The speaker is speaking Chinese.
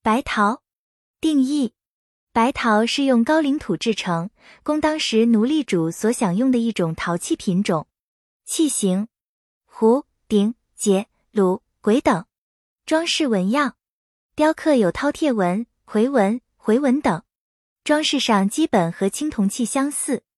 白陶。定义：白陶是用高岭土制成，供当时奴隶主所享用的一种陶器品种。器型：壶、鼎、节、炉、簋等。装饰纹样：雕刻有饕餮纹、夔纹、回纹等。装饰上基本和青铜器相似。